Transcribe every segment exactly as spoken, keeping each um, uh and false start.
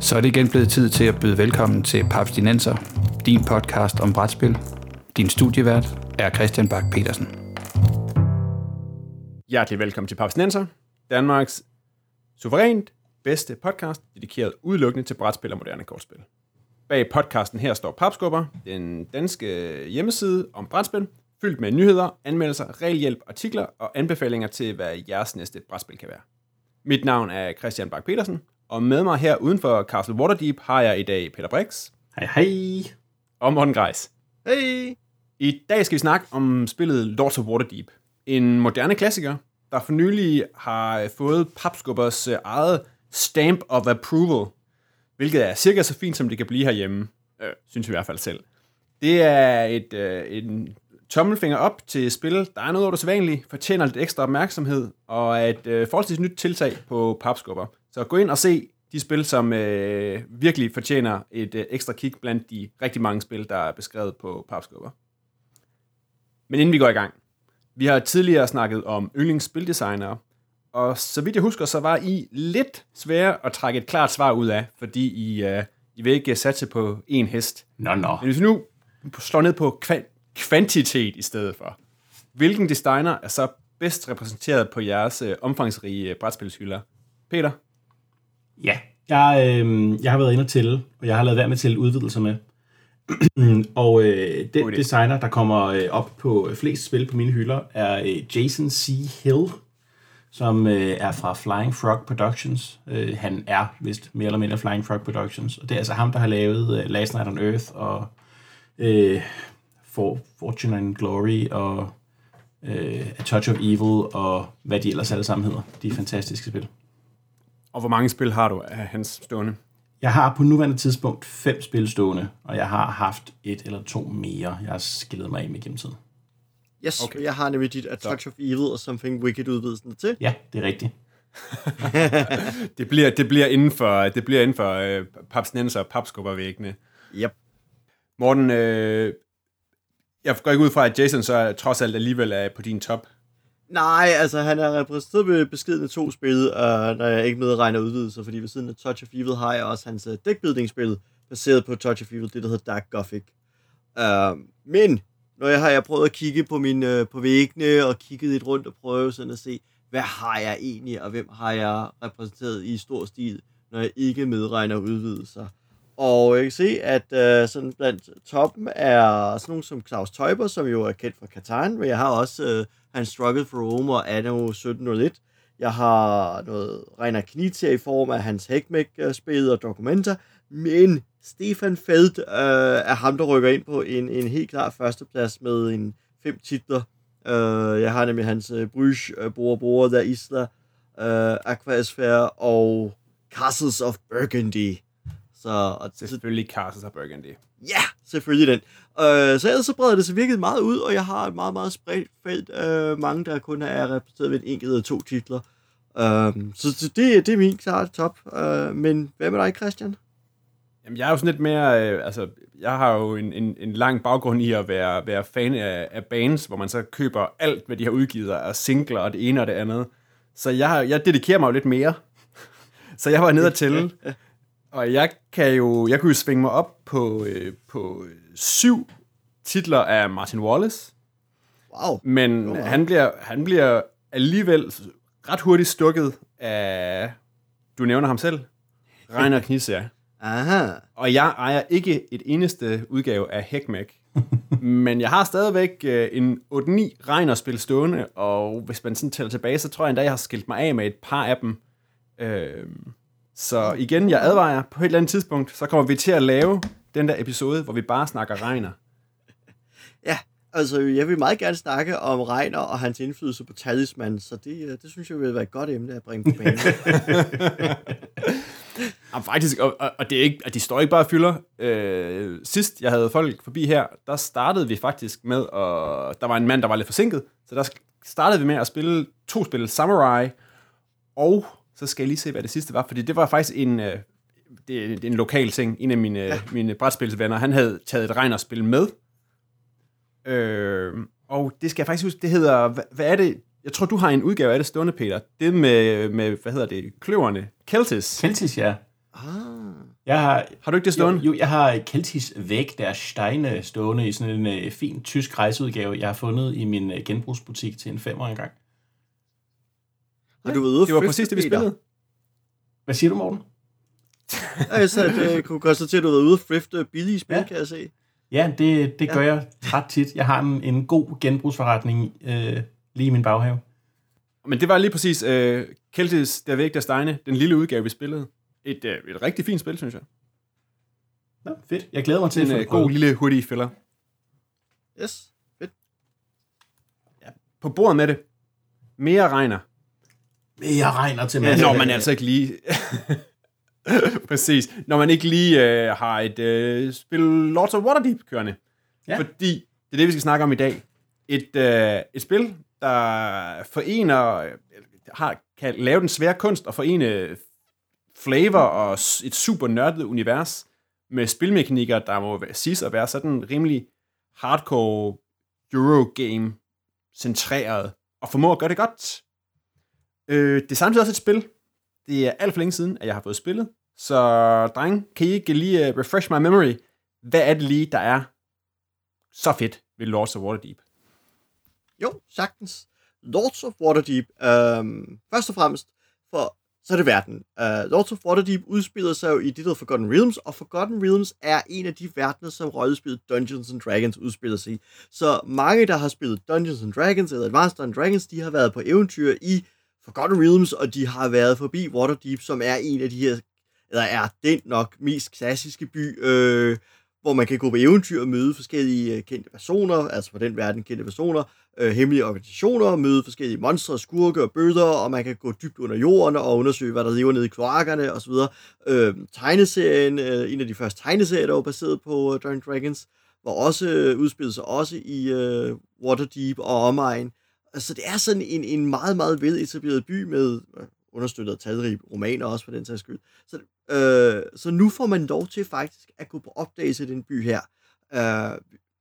Så er det igen blevet tid til at byde velkommen til Papstinenser, din podcast om brætspil. Din studievært er Christian Bak Petersen. Hjertelig velkommen til Papstinenser, Danmarks suverænt bedste podcast, dedikeret udelukkende til brætspil og moderne kortspil. Bag podcasten her står Papskubber, den danske hjemmeside om brætspil, fyldt med nyheder, anmeldelser, regelhjælp, artikler og anbefalinger til, hvad jeres næste brætspil kan være. Mit navn er Christian Bak Petersen, og med mig her uden for Castle Waterdeep har jeg i dag Peter Brix. Hej hej. Og Morten Greis. Hej. I dag skal vi snakke om spillet Lords of Waterdeep. En moderne klassiker, der for nylig har fået Papskubbers eget stamp of approval, hvilket er cirka så fint, som det kan blive herhjemme, øh, synes vi i hvert fald selv. Det er et, øh, en tommelfinger op til spil, der er noget af det sædvanlige, fortjener lidt ekstra opmærksomhed, og er et øh, forholdsvis nyt tiltag på Papskubber. Så gå ind og se de spil, som øh, virkelig fortjener et øh, ekstra kig blandt de rigtig mange spil, der er beskrevet på Papskubber. Men inden vi går i gang, vi har tidligere snakket om yndlingsspildesignere, og så vidt jeg husker, så var I lidt svære at trække et klart svar ud af, fordi I, uh, I vil ikke satse på én hest. Nå, nå. Men hvis vi nu slår ned på kva- kvantitet i stedet for, hvilken designer er så bedst repræsenteret på jeres uh, omfangsrige uh, brætspilshylder? Peter? Ja, jeg, øh, jeg har været inde og tælle, og jeg har lavet være med til udvidelser med. og øh, den designer, der kommer øh, op på flest spil på mine hylder, er øh, Jason C. Hill, som øh, er fra Flying Frog Productions. Øh, han er vist mere eller mindre Flying Frog Productions, og det er altså ham, der har lavet øh, Last Night on Earth og øh, For, Fortune and Glory og øh, A Touch of Evil og hvad de ellers alle sammen hedder. De er fantastiske spil. Og hvor mange spil har du af hans stående? Jeg har på nuværende tidspunkt fem spil stående, og jeg har haft et eller to mere, jeg har skillet mig af med gennem tiden. Yes, okay. Jeg har nemlig dit A Touch of Evil og Something Wicked udvidelsen til. Ja, det er rigtigt. det, bliver, det bliver inden for, det bliver inden for øh, Papstinenser og Papskubbervæggene. Yep. Morten, øh, jeg går ikke ud fra, at Jason så trods alt alligevel er på din top. Nej, altså han er repræsenteret med beskedne to spil, og når jeg ikke med at regne udvidelser, fordi ved siden af Touch of Evil har jeg også hans uh, deckbuilding-spil, baseret på Touch of Evil, det der hedder Dark Gothic. Uh, men, når jeg har jeg prøvet at kigge på, mine, uh, på væggene, og kigget lidt rundt og prøve sådan at se, hvad har jeg egentlig, og hvem har jeg repræsenteret i stor stil, når jeg ikke medregner udvidelser. Og jeg kan se, at uh, sådan blandt toppen er sådan nogen som Klaus Teuber, som jo er kendt fra Catan, men jeg har også uh, hans Struggle for Rome og Anno sytten nul et. Jeg har noget Reiner Knizia i form af hans Heckmeck-spil og dokumenter, men Stefan Feld uh, er ham, der rykker ind på en, en helt klar førsteplads med en fem titler. Uh, jeg har nemlig hans uh, Bruges, uh, Bora Bora, Der Isla, uh, Aquasphere og Castles of Burgundy. Så, og selvfølgelig Castles of Burgundy. Ja, yeah, selvfølgelig den. Uh, så ellers så breder det sig virkelig meget ud, og jeg har et meget, meget spredt felt. Uh, mange, der kun er repræsenteret ved en enkelt eller to titler. Uh, så så det, det er min klart top. Uh, men hvad med dig, Christian? Jamen, jeg er jo sådan lidt mere... Øh, altså, jeg har jo en, en, en lang baggrund i at være, være fan af, af bands, hvor man så køber alt, hvad de har udgivet af singler og det ene og det andet. Så jeg, jeg dedikerer mig jo lidt mere. Så jeg var nede at tælle. Og jeg kan jo, jeg kunne jo svinge mig op på, øh, på syv titler af Martin Wallace. Wow. Men wow. Han, bliver, han bliver alligevel ret hurtigt stukket af, du nævner ham selv, Reiner Knizia. Aha. Og jeg ejer ikke et eneste udgave af Heckmeck. Men jeg har stadigvæk øh, en otte ni Reiner-spil stående, og hvis man sådan tæller tilbage, så tror jeg endda, jeg har skilt mig af med et par af dem. Øh, Så igen, jeg advarer på et eller andet tidspunkt, så kommer vi til at lave den der episode, hvor vi bare snakker Reiner. Ja, altså jeg vil meget gerne snakke om Reiner og hans indflydelse på Talisman, så det, det synes jeg vil være et godt emne at bringe på banen. Ja, faktisk, og, og, og, det er ikke, at de står ikke bare og fylder. Øh, sidst jeg havde folk forbi her, der startede vi faktisk med, og der var en mand, der var lidt forsinket, så der startede vi med at spille to spil Samurai, og så skal jeg lige se, hvad det sidste var, fordi det var faktisk en, øh, det, det er en lokal ting. En af mine, ja. mine brætspilsvenner, han havde taget et Reiner-spil med. Øh, og det skal jeg faktisk huske, det hedder, hvad, hvad er det? Jeg tror, du har en udgave af det stående, Peter. Det med, med hvad hedder det, kløverne. Keltis. Keltis, ja. Ah. Jeg har, har du ikke det stående? Jo, jo jeg har Keltis Weg der Steine stående i sådan en uh, fin tysk rejseudgave, jeg har fundet i min uh, genbrugsbutik til en femmer engang. Har du været ude det var præcis det, vi spillede. Hvad siger du, Morten? Altså, jeg kunne konstatere, at du har været ude og thrifte billige spil, ja. Kan jeg se. Ja, det, det gør ja. jeg ret tit. Jeg har en, en god genbrugsforretning øh, lige i min baghave. Men det var lige præcis uh, Keltis der Weg der Steine, den lille udgave, vi spillede. Et, uh, et rigtig fint spil, synes jeg. Nå, fedt. Jeg glæder mig til en, at få uh, det god lille hoodie-filler. Yes, fedt. Ja, på bordet med det. Mere regner. Mere regner til ja, når man altså ikke lige... Præcis. Når man ikke lige uh, har et uh, spil Lords of Waterdeep kørende. Ja. Fordi det er det, vi skal snakke om i dag. Et, uh, et spil, der forener... Har, kan lave den svære kunst og forene flavor og et super nørdet univers med spilmekanikker, der må siges at være sådan rimelig hardcore Eurogame-centreret og formår at gøre det godt. Øh, det er samtidig også et spil. Det er alt for længe siden, at jeg har fået spillet. Så dreng, kan I ikke lige refresh my memory? Hvad er det lige, der er så fedt ved Lords of Waterdeep? Jo, sagtens. Lords of Waterdeep, øhm, først og fremmest, for så er det verden. Uh, Lords of Waterdeep udspiller sig jo i det, der hedder Forgotten Realms, og Forgotten Realms er en af de verdener, som rollespillet Dungeons and Dragons udspiller sig i. Så mange, der har spillet Dungeons and Dragons, eller Advanced Dungeons and Dragons, de har været på eventyr i Forgotten Realms, og de har været forbi Waterdeep, som er en af de her, eller er den nok mest klassiske by, øh, hvor man kan gå på eventyr og møde forskellige øh, kendte personer, altså på den verden kendte personer, øh, hemmelige organisationer, møde forskellige monstre, skurke og bøder, og man kan gå dybt under jorden og undersøge, hvad der lever nede i kloakkerne osv. Øh, tegneserien, øh, en af de første tegneserier, der var baseret på øh, Dungeons Dragons, var også øh, udspillet sig også i øh, Waterdeep og omegn. Så det er sådan en, en meget, meget veletableret by med øh, understøttet af talrige romaner også for den sags skyld. Så, øh, så nu får man lov til faktisk at gå på opdagelse i den by her. Øh,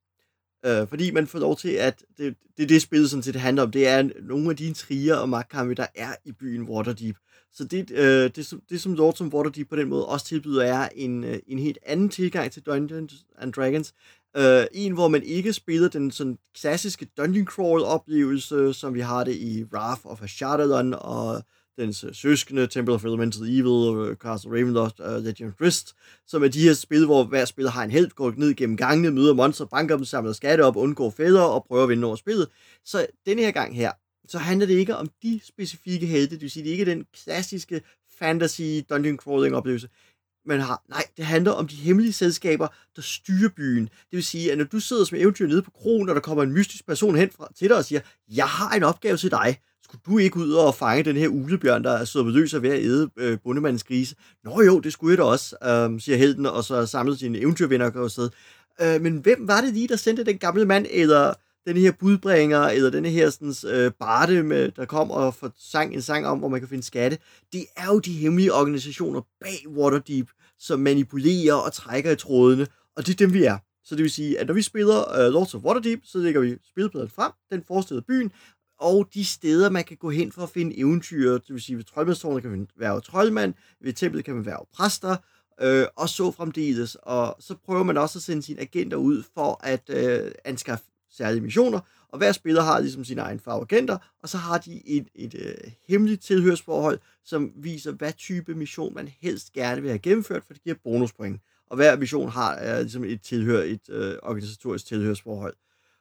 øh, fordi man får lov til, at det, det, det spillet sådan set handler om, det er nogle af de intriger og magtkampe, der er i byen Waterdeep. Så det, øh, det, det som Lords of Waterdeep på den måde også tilbyder, er en, en helt anden tilgang til Dungeons and Dragons. Uh, en, hvor man ikke spiller den sådan klassiske dungeon crawl oplevelse, som vi har det i Wrath of Ashadalon og dens uh, søskende, Temple of Elemental Evil, uh, Castle Ravenloft, uh, Legend of Drizzt, som er de her spil, hvor hver spiller har en held, går ned gennem gangene, møder monster, banker dem, samler skatte op, undgår fælder og prøver at vinde over spillet. Så denne her gang her, så handler det ikke om de specifikke helte, det vil sige, det er ikke den klassiske fantasy dungeon crawling oplevelse, man har. Nej, det handler om de hemmelige selskaber, der styrer byen. Det vil sige, at når du sidder som eventyr nede på krogen, og der kommer en mystisk person hen fra, til dig og siger, jeg har en opgave til dig. Skulle du ikke ud og fange den her uglebjørn, der er sluppet løs og ved at æde øh, bondemandens grise? Nå jo, det skulle jeg da også, øh, siger helten, og så samlet sine eventyrvenner og går afsted. Øh, men hvem var det lige, der sendte den gamle mand, eller den her budbringer, eller den her sådan, øh, barde, med, der kom og får sang en sang om, hvor man kan finde skatte? Det er jo de hemmelige organisationer bag Waterdeep, som manipulerer og trækker i trådene, og det er dem, vi er. Så det vil sige, at når vi spiller uh, Lords of Waterdeep, så lægger vi spilpladen frem, den forestillede byen, og de steder, man kan gå hen for at finde eventyr, det vil sige, ved troldmandstårnet kan man være troldmand, ved templet kan man være præster, øh, og så fremdeles. Og så prøver man også at sende sine agenter ud for at øh, anskaffe særlige missioner, og hver spiller har ligesom sine egne farveagenter, og så har de et, et, et øh, hemmeligt tilhørsforhold, som viser, hvad type mission man helst gerne vil have gennemført, for det giver bonuspoint. Og hver mission har øh, ligesom et tilhør, et øh, organisatorisk tilhørsforhold,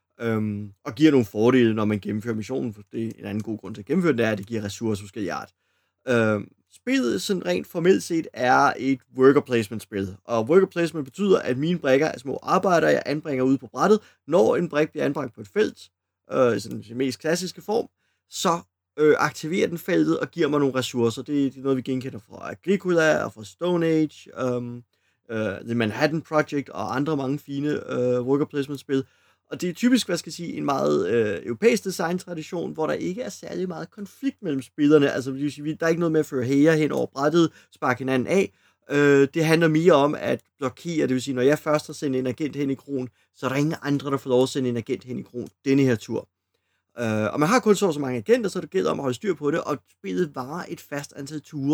øhm, og giver nogle fordele, når man gennemfører missionen, for det er en anden god grund til at gennemføre det, er, at det giver ressourcer forskellige art. Øhm, spillet sådan rent formelt set er et worker placement spil, og worker placement betyder, at mine brikker er små arbejdere, jeg anbringer ude på brættet. Når en brik bliver anbragt på et felt, øh, i sådan den mest klassiske form, så øh, aktiverer den feltet og giver mig nogle ressourcer. Det, det er noget, vi genkender fra Agricola og fra Stone Age, um, uh, The Manhattan Project og andre mange fine uh, worker placement spil. Og det er typisk, hvad skal jeg sige, en meget øh, europæisk design-tradition, hvor der ikke er særlig meget konflikt mellem spillerne. Altså, det vil sige, der er ikke noget med at føre hære hen over brættet, sparke hinanden af. Øh, det handler mere om at blokere, det vil sige, når jeg først har sendt en agent hen i kronen, så er der ingen andre, der får lov at sende en agent hen i kronen denne her tur. Øh, og man har kun så så mange agenter, så det gælder om at holde styr på det, og spillet varer et fast antal ture,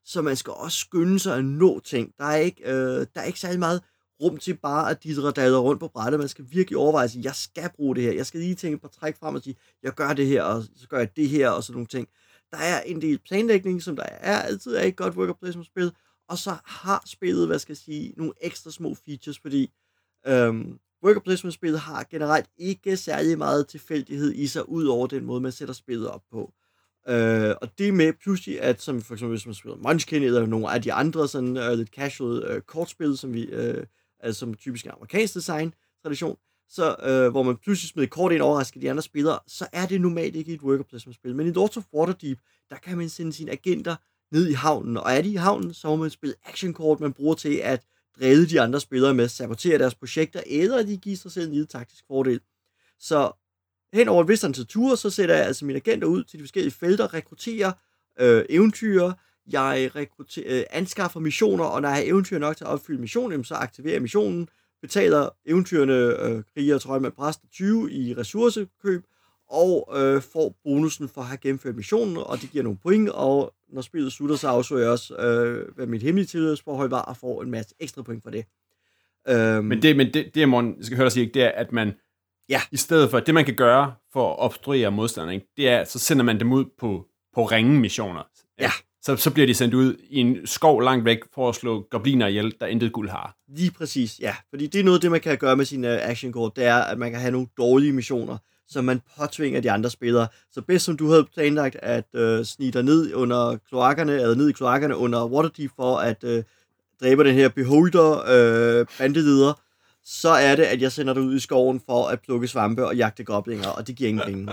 så man skal også skynde sig at nå ting. Der er ikke, øh, der er ikke særlig meget rum til bare at didre dader rundt på brættet. Man skal virkelig overveje at sige, jeg skal bruge det her. Jeg skal lige tænke på træk frem og sige, jeg gør det her, og så gør jeg det her, og sådan nogle ting. Der er en del planlægning, som der er altid er et godt worker placement-spil, og så har spillet, hvad skal jeg sige, nogle ekstra små features, fordi øhm, worker placement-spillet har generelt ikke særlig meget tilfældighed i sig, ud over den måde, man sætter spillet op på. Øh, og det med pludselig, at som for eksempel hvis man spiller Munchkin, eller nogle af de andre sådan uh, lidt casual uh, kortspil, som vi uh, altså som typisk amerikansk design tradition, så uh, hvor man pludselig smider kort ind og overrasker de andre spillere, så er det normalt ikke et worker placement spil. Men i Lords of Waterdeep, der kan man sende sine agenter ned i havnen, og er de i havnen, så må man spille actionkort, man bruger til at drille de andre spillere med, sabotere deres projekter, eller de giver sig selv en lille taktisk fordel. Så hen over et vist antal ture, så sætter jeg altså mine agenter ud til de forskellige felter, rekrutterer øh, eventyr, jeg rekrutterer, øh, anskaffer missioner, og når jeg har eventyr nok til at opfylde missionen, så aktiverer jeg missionen, betaler eventyrene, øh, kriger, troldmand, præst og tyve i ressourcekøb, og øh, får bonusen for at have gennemført missionen, og det giver nogle point, og når spillet slutter, så afsøger jeg også, øh, hvad mit hemmelige tilhørsforhold var, og får en masse ekstra point for det. Um, men det, men det, det Morten, jeg skal høre dig sige, det er, at man ja. i stedet for, det man kan gøre for at obstruere modstanderen, det er, så sender man dem ud på, på ringe-missioner. Ja. Så, så bliver de sendt ud i en skov langt væk for at slå gobliner ihjel, der intet guld har. Lige præcis, ja. Fordi det er noget af det, man kan gøre med sine actionkort, det er, at man kan have nogle dårlige missioner, som man påtvinger de andre spillere. Så bedst som du havde planlagt at øh, snige dig ned under kloakkerne, eller ned i kloakkerne under Waterdeep for at øh, dræbe den her beholder øh, bandeleder, så er det, at jeg sender dig ud i skoven for at plukke svampe og jagte goblinger, og det giver ingen penge.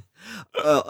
og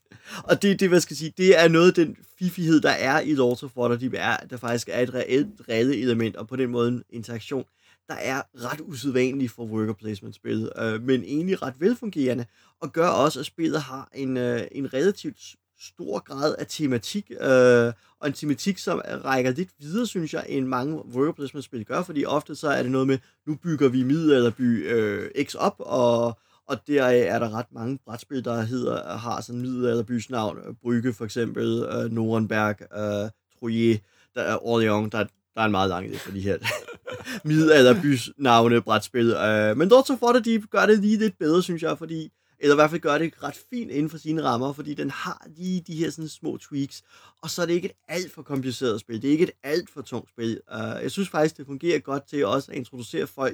og det, det, hvad skal jeg sige, det er noget af den fifighed, der er i Lords of Waterdeep, er, at der faktisk er et reelt redde element, og på den måde en interaktion, der er ret usædvanligt for worker placement-spillet, øh, men egentlig ret velfungerende, og gør også, at spillet har en, øh, en relativt stor grad af tematik, øh, og en tematik, som rækker lidt videre, synes jeg, end mange worker placement-spil gør, fordi ofte så er det noget med, nu bygger vi middelalderby øh, X op, og og deraf er der ret mange brætspil, der hedder, har sådan middelalderbys navn. Brygge for eksempel, øh, Nuremberg, øh, Troyes, der er Orléans, der, der er en meget lang liste for de her middelalderbys navne brætspil. Øh, men Lords of Waterdeep gør det lige lidt bedre, synes jeg, fordi, eller i hvert fald gør det ret fint inden for sine rammer, fordi den har lige de her sådan små tweaks, og så er det ikke et alt for kompliceret spil, det er ikke et alt for tungt spil. Øh, jeg synes faktisk, det fungerer godt til også at introducere folk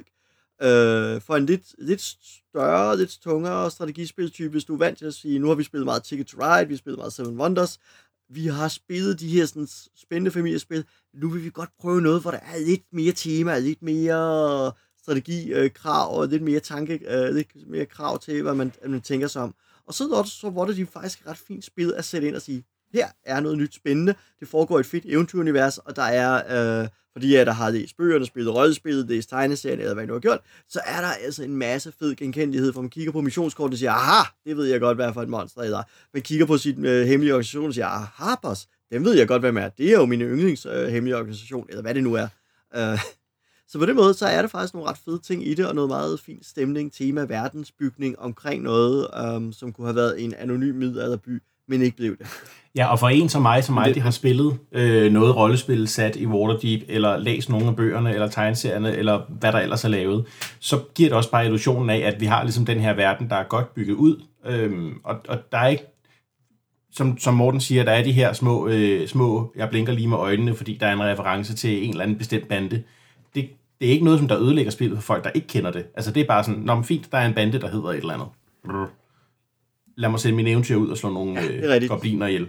Øh, for en lidt, lidt større, lidt tungere strategispiltype, hvis du er vant til at sige, nu har vi spillet meget Ticket to Ride, vi har spillet meget Seven Wonders, vi har spillet de her sådan, spændende familiespil, nu vil vi godt prøve noget, hvor der er lidt mere tema, lidt mere strategikrav, og lidt mere tanke, øh, lidt mere krav til, hvad man, man tænker sig om. Og så, så var det de faktisk ret fint spil at sætte ind og sige, her er noget nyt spændende, det foregår i et fedt eventyrunivers, og der er, øh, fordi jeg der har læst bøgerne, spillet rollespillet, læst tegneserien, eller hvad du har gjort, så er der altså en masse fed genkendelighed, for man kigger på missionskortet og siger, aha, det ved jeg godt, hvad for et monster, eller man kigger på sit øh, hemmelige organisation og siger, aha, boss, dem ved jeg godt, hvad med er. Det er jo min yndlings øh, hemmelige organisation, eller hvad det nu er. Øh, så på den måde, så er det faktisk nogle ret fede ting i det, og noget meget fin stemning, tema, verdensbygning omkring noget, øh, som kunne have været en anonym middelalderby, men ikke blev det. Ja, og for en som mig, som aldrig har spillet øh, noget rollespil sat i Waterdeep, eller læst nogle af bøgerne, eller tegneserierne, eller hvad der ellers er lavet, så giver det også bare illusionen af, at vi har ligesom den her verden, der er godt bygget ud, øhm, og, og der er ikke, som, som Morten siger, der er de her små, øh, små, jeg blinker lige med øjnene, fordi der er en reference til en eller anden bestemt bande. Det, det er ikke noget, som der ødelægger spillet for folk, der ikke kender det. Altså det er bare sådan, nå, men fint, der er en bande, der hedder et eller andet. Brr. Lad mig sende min eventyr ud og slå nogle ja, øh, gobliner ihjel.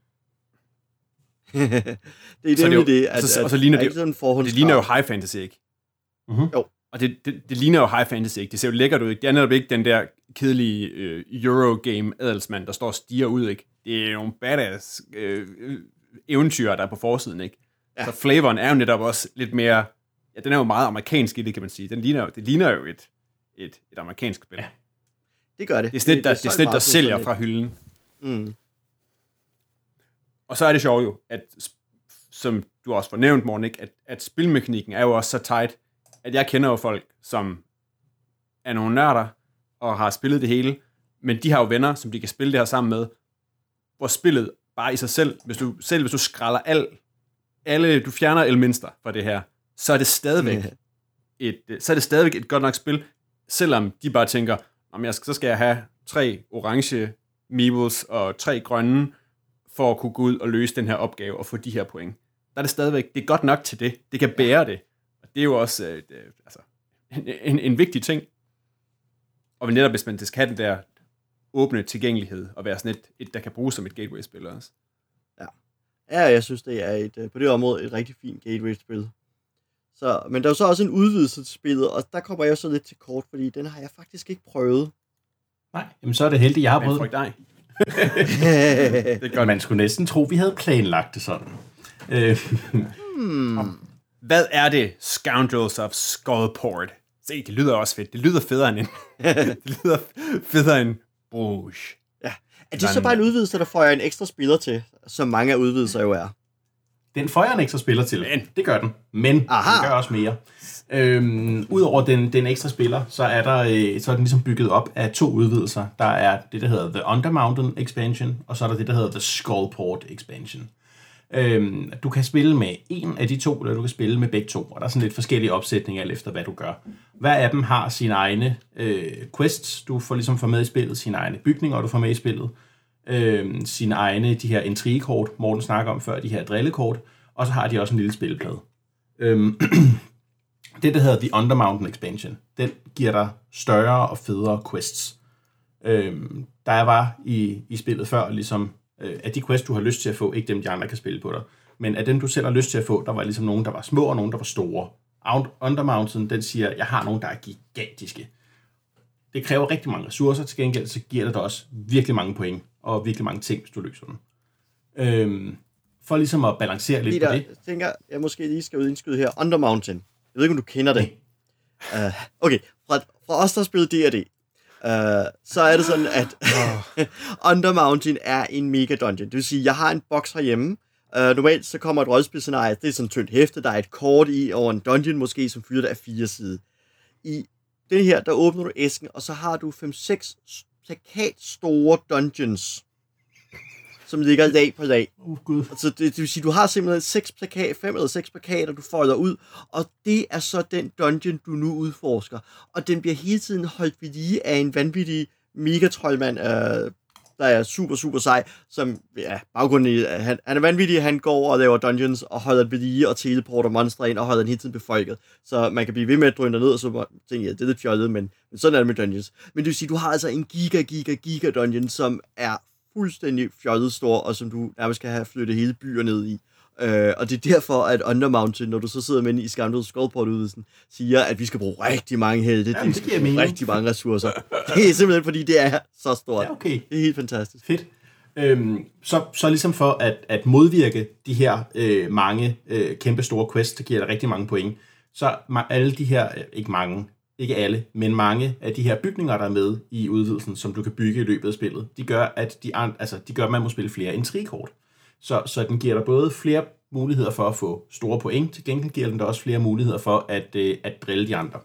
det er nemlig det, at, så, og så ligner det, det, det ligner jo high fantasy, ikke? Mm-hmm. Jo. Og det, det, det ligner jo high fantasy, ikke? Det ser jo lækkert ud, ikke? Det er netop ikke den der kedelige øh, Eurogame adelsmand, der står og stiger ud, ikke? Det er nogle badass øh, eventyr, der er på forsiden, ikke? Ja. Så flavoren er jo netop også lidt mere, ja, den er jo meget amerikansk i det, kan man sige. Den ligner, det ligner jo et, et, et amerikansk spil. Ja. Det gør det. Det er snit, der, det er snit, der sælger fra hylden. Mm. Og så er det sjovt jo, at, som du også får nævnt, Morten, ikke? At, at spilmekanikken er jo også så tight, at jeg kender jo folk, som er nogle nørder, og har spillet det hele, men de har jo venner, som de kan spille det her sammen med, hvor spillet bare i sig selv, hvis du, selv hvis du skræller al alle, du fjerner Elminster fra det her, så er det stadigvæk et, så er det stadigvæk et godt nok spil, selvom de bare tænker, om jeg skal, så skal jeg have tre orange meeples og tre grønne, for at kunne gå ud og løse den her opgave og få de her point. Der er det stadigvæk, det er godt nok til det. Det kan bære det. Og det er jo også øh, det, altså, en, en, en vigtig ting. Og netop hvis man skal have den der åbne tilgængelighed, og være sådan et, et der kan bruges som et gateway-spil også. Ja. Ja, jeg synes, det er et, på det område et rigtig fint gateway-spil. Så, men der er jo så også en udvidelse til spillet, og der kommer jeg så lidt til kort, fordi den har jeg faktisk ikke prøvet. Nej, jamen så er det heldigt, jeg har prøvet. Men dig. Det er godt. Man skulle næsten tro, vi havde planlagt det sådan. hmm. Hvad er det, Scoundrels of Skullport? Se, det lyder også fedt. Det lyder federe end en... det lyder federe end Bruges. Ja. Er det så bare en udvidelse, der får jeg en ekstra spiller til, som mange af udvidelser jo er? Den får jeg en ekstra spiller til. Men. Det gør den. Men Aha. den gør også mere. Øhm, Udover den, den ekstra spiller, så er, der, øh, så er den ligesom bygget op af to udvidelser. Der er det, der hedder The Undermountain Expansion, og så er der det, der hedder The Skullport Expansion. Øhm, du kan spille med en af de to, eller du kan spille med begge to, og der er sådan lidt forskellige opsætninger alt efter, hvad du gør. Hver af dem har sine egne øh, quests, du får ligesom får med i spillet, sine egne bygninger, du får med i spillet, øh, sine egne, de her intrigekort, Morten snakker om før, de her drillekort, og så har de også en lille spilleplade. Øhm, det, der hedder The Undermountain Expansion, den giver dig større og federe quests. Øhm, der var i, i spillet før, ligesom, øh, at de quests, du har lyst til at få, ikke dem, de andre kan spille på dig, men af dem, du selv har lyst til at få, der var ligesom nogen, der var små, og nogen, der var store. Undermountain, den siger, jeg har nogen, der er gigantiske. Det kræver rigtig mange ressourcer, til gengæld så giver det dig også virkelig mange point, og virkelig mange ting, hvis du løser den. Øhm, for ligesom at balancere lidt Peter, på det. Jeg tænker, jeg måske lige skal indskyde her. Undermountain. Jeg ved ikke, om du kender det. Okay, uh, okay. Fra, fra os, der har spillet D og D, uh, så er det sådan, at Undermountain er en mega dungeon. Det vil sige, jeg har en boks herhjemme. Uh, normalt så kommer et rollespilscenarie, det er sådan et tyndt hæfte, der er et kort i over en dungeon, måske som fyldt af fire side. I den her, der åbner du æsken, og så har du fem seks plakat store dungeons, som ligger lag på lag. Oh, Gud. Altså, det, det vil sige, du har simpelthen seks plakat, fem eller seks plakater, du folder ud, og det er så den dungeon, du nu udforsker. Og den bliver hele tiden holdt ved lige af en vanvittig megatrollmand, øh, der er super, super sej, som, ja, baggrunden i, han, han er vanvittig, han går og laver dungeons, og holder ved lige, og teleporter monstre ind, og holder den hele tiden befolket. Så man kan blive ved med at drøne derned, og så tænker jeg, det er lidt fjollet, men, men sådan er det med dungeons. Men det vil sige, du har altså en giga, giga, giga dungeon, som er fuldstændig fjollet stor, og som du nærmest skal have flyttet hele byer ned i. Uh, og det er derfor, at Undermountain, når du så sidder med i Scoundrels Skullport-udvidelsen, siger, at vi skal bruge rigtig mange helte. Jamen, det giver mening. Rigtig mange ressourcer. Det er simpelthen, fordi det er så stort. Ja, okay. Det er helt fantastisk. Fedt. Øhm, så, så ligesom for at, at modvirke de her øh, mange øh, kæmpe store quests, der giver dig rigtig mange point, så alle de her, ikke mange, ikke alle, men mange af de her bygninger, der er med i udvidelsen, som du kan bygge i løbet af spillet, de gør, at, de, altså, de gør, at man må spille flere intrigekort. Så, så den giver dig både flere muligheder for at få store point, til gengæld giver den dig også flere muligheder for at, øh, at drille de andre.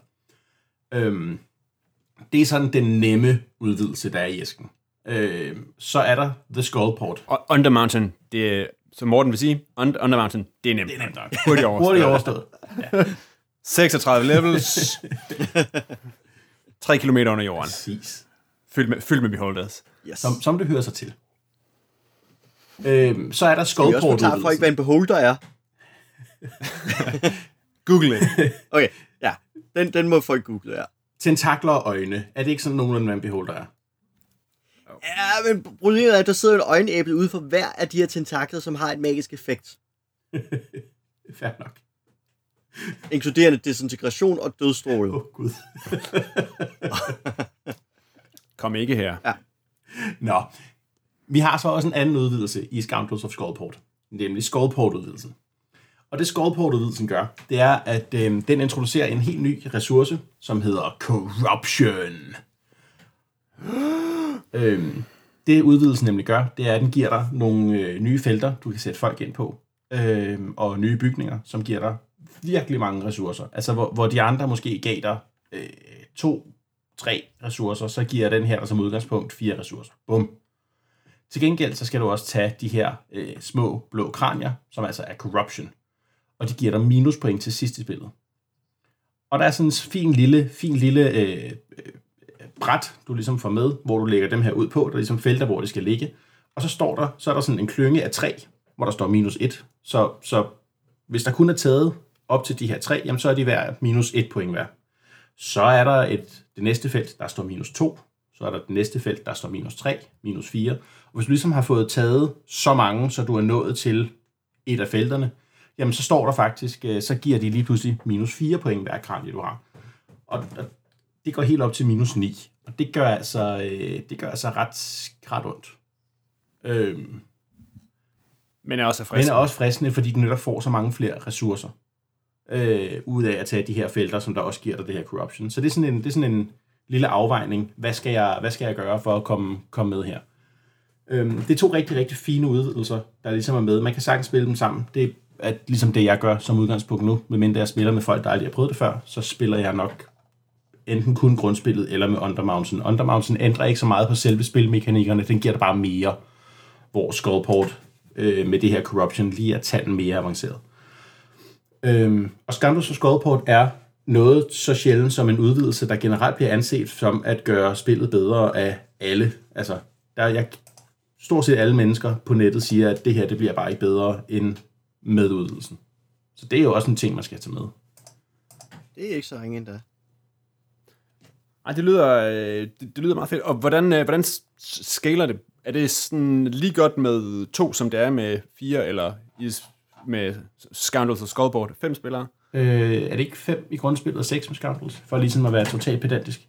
Øhm, det er sådan den nemme udvidelse, der er i æsken. Øhm, så er der The Skullport. Og Undermountain, det er, som Morten vil sige, Under, Undermountain, det er nemt. Det er nemt nok. Hurtigt overstået. Hurtigt overstået. Ja. seksogtredive levels. tre kilometer under jorden. Præcis. Fyldt med, fyldt med beholders. Yes. Som, som det hører sig til. Øhm, så er der Skullport. Jeg også forklare folk, hvad en beholder er. Google det. Okay, ja. Den, den må folk google, ja. Tentakler og øjne. Er det ikke sådan nogenlunde, hvad en beholder er? Ja, men problemet er, at der sidder et øjenæble ude for hver af de her tentakler, som har et magisk effekt. Fair nok. Inkluderende desintegration og dødsstråle. Åh, oh, Gud. Kom ikke her. Ja. Nå. Vi har så også en anden udvidelse i Scoundrels of Skullport, nemlig Skullport-udvidelsen. Og det Skullport-udvidelsen gør, det er, at øh, den introducerer en helt ny ressource, som hedder Corruption. øhm, det udvidelsen nemlig gør, det er, at den giver dig nogle øh, nye felter, du kan sætte folk ind på, øh, og nye bygninger, som giver dig virkelig mange ressourcer. Altså, hvor, hvor de andre måske gav dig øh, to, tre ressourcer, så giver den her som udgangspunkt fire ressourcer. Bum. Til gengæld, så skal du også tage de her øh, små blå kranier, som altså er Corruption. og de giver dig minuspoint til sidst i spillet. Og der er sådan en fin lille, fin lille øh, bræt, du ligesom får med, hvor du lægger dem her ud på. Der er ligesom felter, hvor det skal ligge. Og så står der, så er der sådan en klynge af tre, hvor der står minus et. Så, så hvis der kun er taget op til de her tre, jamen så er de hver minus et point hver. Så er der et, det næste felt, der står minus to. Så er der det næste felt, der står minus tre, minus fire. Og hvis du ligesom har fået taget så mange, så du er nået til et af felterne, jamen så står der faktisk, så giver de lige pludselig minus fire point hver kranje, du har. Og det går helt op til minus ni. Og det gør altså, det gør altså ret, ret ondt. Øhm, men er også fristende. Men er også fristende, fordi du netop får så mange flere ressourcer. Øh, ud af at tage de her felter, som der også giver dig det her corruption. Så det er sådan en, det er sådan en lille afvejning. Hvad skal jeg, hvad skal jeg gøre for at komme, komme med her? Øhm, det er to rigtig, rigtig fine udvidelser, der ligesom er med. Man kan sagtens spille dem sammen. Det er ligesom det, jeg gør som udgangspunkt nu. Medmindre jeg spiller med folk, der aldrig har prøvet det før, så spiller jeg nok enten kun grundspillet eller med Undermountain. Undermountain ændrer ikke så meget på selve spilmekanikkerne. Den giver dig bare mere, hvor Skullport øh, med det her corruption lige er tanden mere avanceret. Øhm, og Scoundrels of Skullport er noget så sjældent som en udvidelse, der generelt bliver anset som at gøre spillet bedre af alle. Altså, der er jeg, stort set alle mennesker på nettet siger, at det her det bliver bare ikke bedre end med udvidelsen. Så det er jo også en ting, man skal tage med. Det er ikke så ringe endda. Ej, det lyder, det, det lyder meget fedt. Og hvordan, hvordan skaler det? Er det sådan lige godt med to, som det er med fire, eller med Scoundrels of Skullport, fem spillere? Øh, er det ikke fem i grundspillet og seks med Scoundrels? For ligesom at være totalt pedantisk.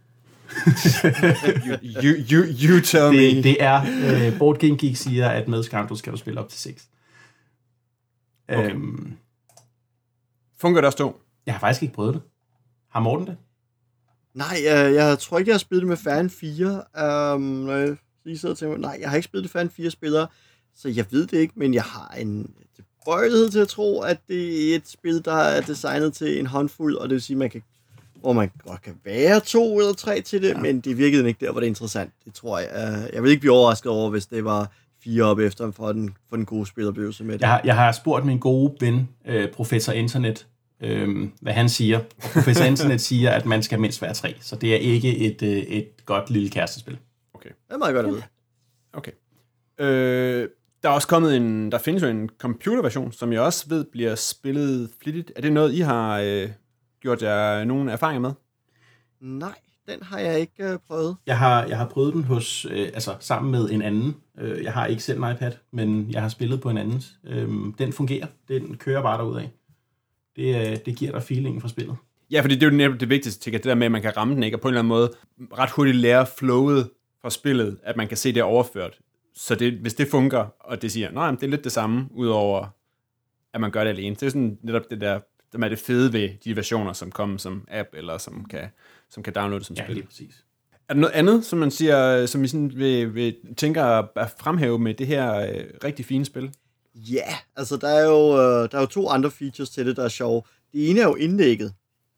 you, you, you, you tell me. Det, det er, uh, Board Game Geek siger, at med Scoundrels skal du spille op til seks. Okay. Øhm, Fungerer det også to? Jeg har faktisk ikke prøvet det. Har Morten det? Nej, jeg, jeg tror ikke, jeg har spillet det med færre end fire. Um, når jeg lige sidder og tænker, nej, jeg har ikke spillet det færre end fire spillere, så jeg ved det ikke, men jeg har en tilbøjelighed til at tro, at det er et spil, der er designet til en håndfuld, og det vil sige, man kan, hvor man godt kan være to eller tre til det, ja. Men det virkede ikke der, hvor det er interessant. Det tror jeg. Jeg vil ikke blive overrasket over, hvis det var fire op efter for den, for den gode spiloplevelse med det. Jeg har, jeg har spurgt min gode ven, øh, Professor Internet, øh, hvad han siger. Og Professor Internet siger, at man skal mindst være tre, så det er ikke et, øh, et godt lille kærestespil. Okay. Det er meget godt at vide. Okay. Øh, der er også kommet en, der findes jo en computerversion, som jeg også ved bliver spillet flittigt. Er det noget, I har øh, gjort jer nogle erfaringer med? Nej, den har jeg ikke øh, prøvet. Jeg har, jeg har prøvet den hos, øh, altså sammen med en anden. Øh, jeg har ikke selv en iPad, men jeg har spillet på en andens. Øh, den fungerer. Den kører bare derudad. Det, øh, det giver dig feelingen fra spillet. Ja, fordi det er jo netop det vigtigste, tænker, det der med, at man kan ramme den, ikke? Og på en eller anden måde ret hurtigt lære flowet fra spillet, at man kan se det overført. Så det, hvis det fungerer, og det siger, nej, det er lidt det samme, udover at man gør det alene. Det er sådan netop det der, der er det fede ved de versioner, som kommer som app, eller som kan, som kan downloades som ja, spil. Ja, præcis. Er der noget andet, som man siger, som I sådan vil, vil tænker at fremhæve med det her øh, rigtig fine spil? Ja, altså der er, jo, øh, der er jo to andre features til det, der er sjove. Det ene er jo indlægget.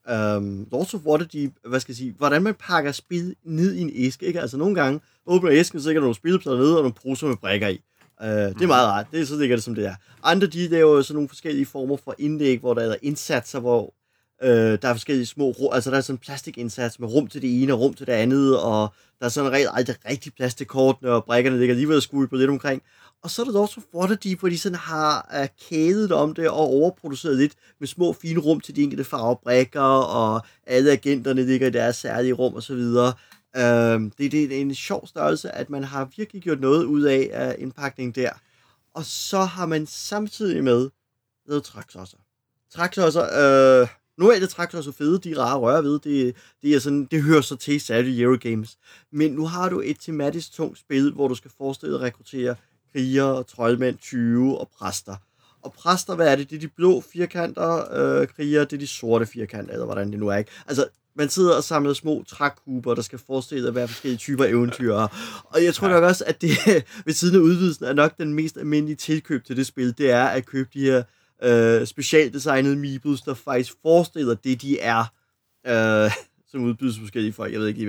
Um, Lords of Waterdeep, hvad skal jeg sige, hvordan man pakker spil ned i en æske, ikke? Altså nogle gange åbner æsken, så er der nogle spilplader nede, og nogle poser med brækker i. Uh, det er meget rart, det er så ligger det som det er. Andre, de laver jo sådan nogle forskellige former for indlæg, hvor der er indsatser, hvor uh, der er forskellige små, altså der er sådan en plastikindsats med rum til det ene og rum til det andet, og der er sådan rigtig, aldrig rigtig plads til kortene, og brækkerne ligger lige ved at skule på lidt omkring. Og så er der Lords of Waterdeep, hvor de sådan har uh, kædet om det og overproduceret lidt med små fine rum til de enkelte farvebrikker, og alle agenterne ligger i deres særlige rum og så videre. Uh, det, det er en sjov størrelse, at man har virkelig gjort noget ud af uh, indpakningen der. Og så har man samtidig med lavet træklodser. Træklodser, øh, nu er det træklodser fede, de er rare at røre ved, det, det, er sådan, det hører så til særligt Eurogames. Men nu har du et tematisk tungt spil, hvor du skal forestille at rekruttere krigere, troldmænd, tyve og præster. Og præster, hvad er det? Det er de blå firkanter, øh, krigere, det er de sorte firkanter, eller hvordan det nu er, ikke? Altså, man sidder og samler små trækuber, der skal forestille at være forskellige typer eventyr. Og jeg tror nok også, at det ved siden af udvidelsen er nok den mest almindelige tilkøb til det spil, det er at købe de her øh, specialdesignede meeples, der faktisk forestiller det, de er, øh, som udbydes forskellige folk, jeg ved ikke lige hvem.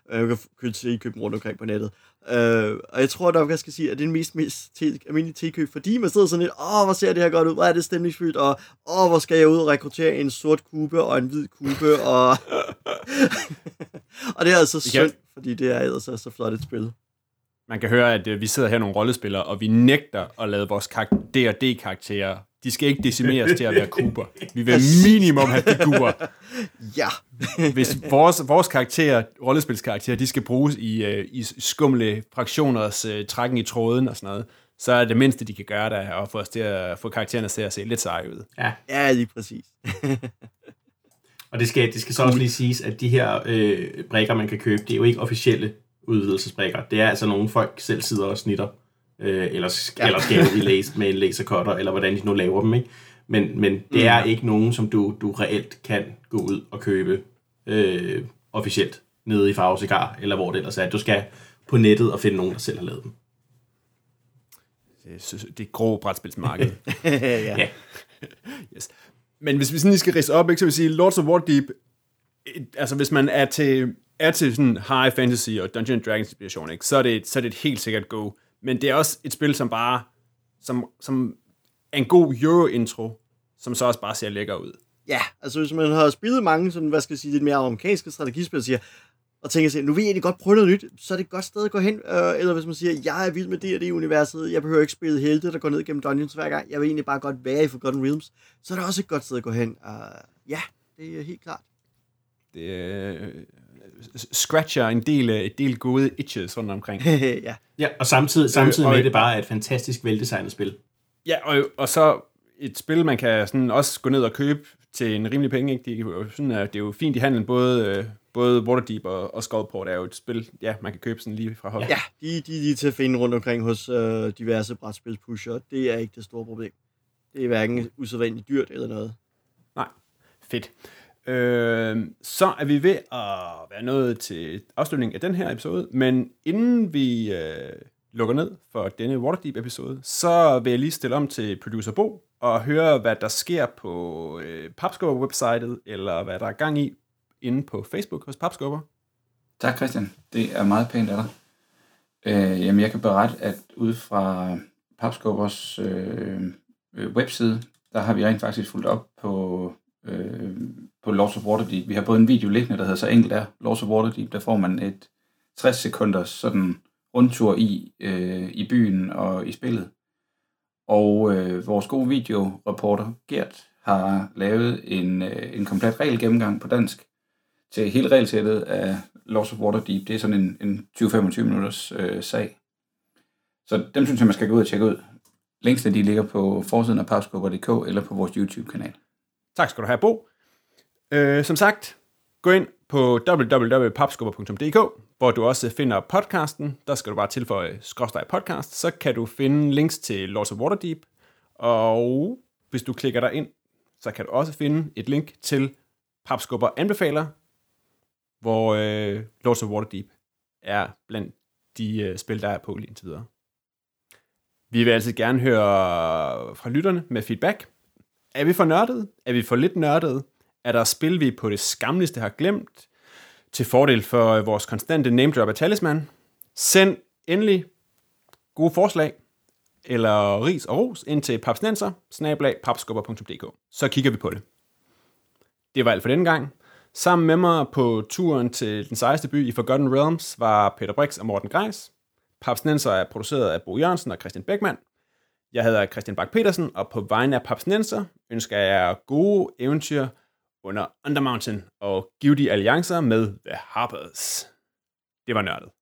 Jeg kan købe tekøb rundt omkring på nettet. Uh, og jeg tror nok, jeg skal sige, at det er den mest, mest te- almindelige tekøb, fordi man sidder sådan lidt, åh, hvor ser det her godt ud, hvor er det stemningsfyldt, og åh, hvor skal jeg ud og rekruttere en sort kube og en hvid kube, og... og det er altså synd, fordi det er ellers så flot et spil. Man kan høre, at uh, vi sidder her nogle rollespillere, og vi nægter at lade vores D og D-karakterer, de skal ikke decimeres til at være kuber. Vi vil minimum have figurer. Ja. Hvis vores, vores karakterer, rollespilskarakterer, de skal bruges i, uh, i skumle fraktioners uh, trækken i tråden og sådan noget, så er det mindste, de kan gøre, der at få os til at få karaktererne til at se lidt seje ud. Ja, ja lige præcis. Og det skal, det skal så også lige siges, at de her øh, brikker, man kan købe, det er jo ikke officielle udvidelsesbrikker. Det er altså nogle folk selv sidder og snitter, øh, eller, ja. eller skærer i læs, med en lasercutter, eller hvordan de nu laver dem, ikke? Men, men det er ikke nogen, som du, du reelt kan gå ud og købe øh, officielt nede i Farve Cigar, eller hvor det ellers er. Du skal på nettet og finde nogen, der selv har lavet dem. Det er grå brætspilsmarked. ja. ja. Yes. Men hvis vi sådan lige skal ridse op, ikke, så vil jeg sige, Lords of Waterdeep, altså hvis man er til, er til sådan high fantasy og Dungeons and Dragons inspiration, ikke, så, er det, så er det et helt sikkert go. Men det er også et spil, som bare som, som er en god euro-intro, som så også bare ser lækker ud. Ja, altså hvis man har spillet mange sådan, hvad skal jeg sige, lidt mere amerikanske strategispil, siger, og tænker sig, nu vil jeg egentlig godt prøve noget nyt, så er det et godt sted at gå hen. Øh, eller hvis man siger, jeg er vild med det og det universet, jeg behøver ikke spille helte, der går ned gennem dungeons hver gang, jeg vil egentlig bare godt være i Forgotten Realms, så er det også et godt sted at gå hen. Uh, ja, det er helt klart. Det uh, scratcher en del, en del gode itches rundt omkring. ja. ja, og samtidig, samtidig med det bare er et fantastisk veldesignet spil. Ja, og, og så et spil, man kan sådan også gå ned og købe til en rimelig penge. Ikke? Det, er jo sådan, det er jo fint i handlen, både, både Waterdeep og, og Skullport er jo et spil, ja, man kan købe sådan lige fra hold. Ja, de, de, de er til at finde rundt omkring hos øh, diverse brætspilspusher. Det er ikke det store problem. Det er hverken usædvanligt dyrt eller noget. Nej, fedt. Øh, så er vi ved at være nået til afslutningen af den her episode, men inden vi øh, lukker ned for denne Waterdeep-episode, så vil jeg lige stille om til producer Bo og høre, hvad der sker på øh, Papskubber-websitet, eller hvad der er gang i inde på Facebook hos Papskubber. Tak, Christian. Det er meget pænt af dig. Øh, jamen, jeg kan berette, at ud fra Papskubbers øh, webside, der har vi rent faktisk fulgt op på, øh, på Lords of Waterdeep. Vi har både en video liggende, der hedder så enkelt er Lords of Waterdeep. Der får man et tres sekunders sådan rundtur i, øh, i byen og i spillet. Og øh, vores gode videoreporter, Gert, har lavet en, øh, en komplet regelgennemgang på dansk til hele regelsættet af Lords of Waterdeep. Det er sådan en, en tyve til femogtyve minutters øh, sag. Så dem synes jeg, man skal gå ud og tjekke ud. Linksene de ligger på forsiden af papskubber punktum d k eller på vores YouTube-kanal. Tak skal du have, Bo. Øh, som sagt, gå ind på w w w punktum papskubber punktum d k, hvor du også finder podcasten. Der skal du bare tilføje skråstreg podcast. Så kan du finde links til Lords of Waterdeep. Og hvis du klikker der ind, så kan du også finde et link til Papskubber anbefaler, hvor øh, Lords of Waterdeep er blandt de øh, spil, der er på lige indtil videre. Vi vil altid gerne høre fra lytterne med feedback. Er vi for nørdede? Er vi for lidt nørdede? Er der spil, vi på det skamligste har glemt? Til fordel for vores konstante name drop af talisman? Send endelig gode forslag eller ris og ros ind til papsnenser snabel-a papskubber punktum d k. Så kigger vi på det. Det var alt for denne gang. Sammen med mig på turen til den sejeste by i Forgotten Realms var Peter Brix og Morten Greis. Papsnenser er produceret af Bo Jørgensen og Christian Beckmann. Jeg hedder Christian Bak Petersen, og på vegne af Papsnenser ønsker jeg gode eventyr under Undermountain og givtige alliancer med The Harpers. Det var nørdet.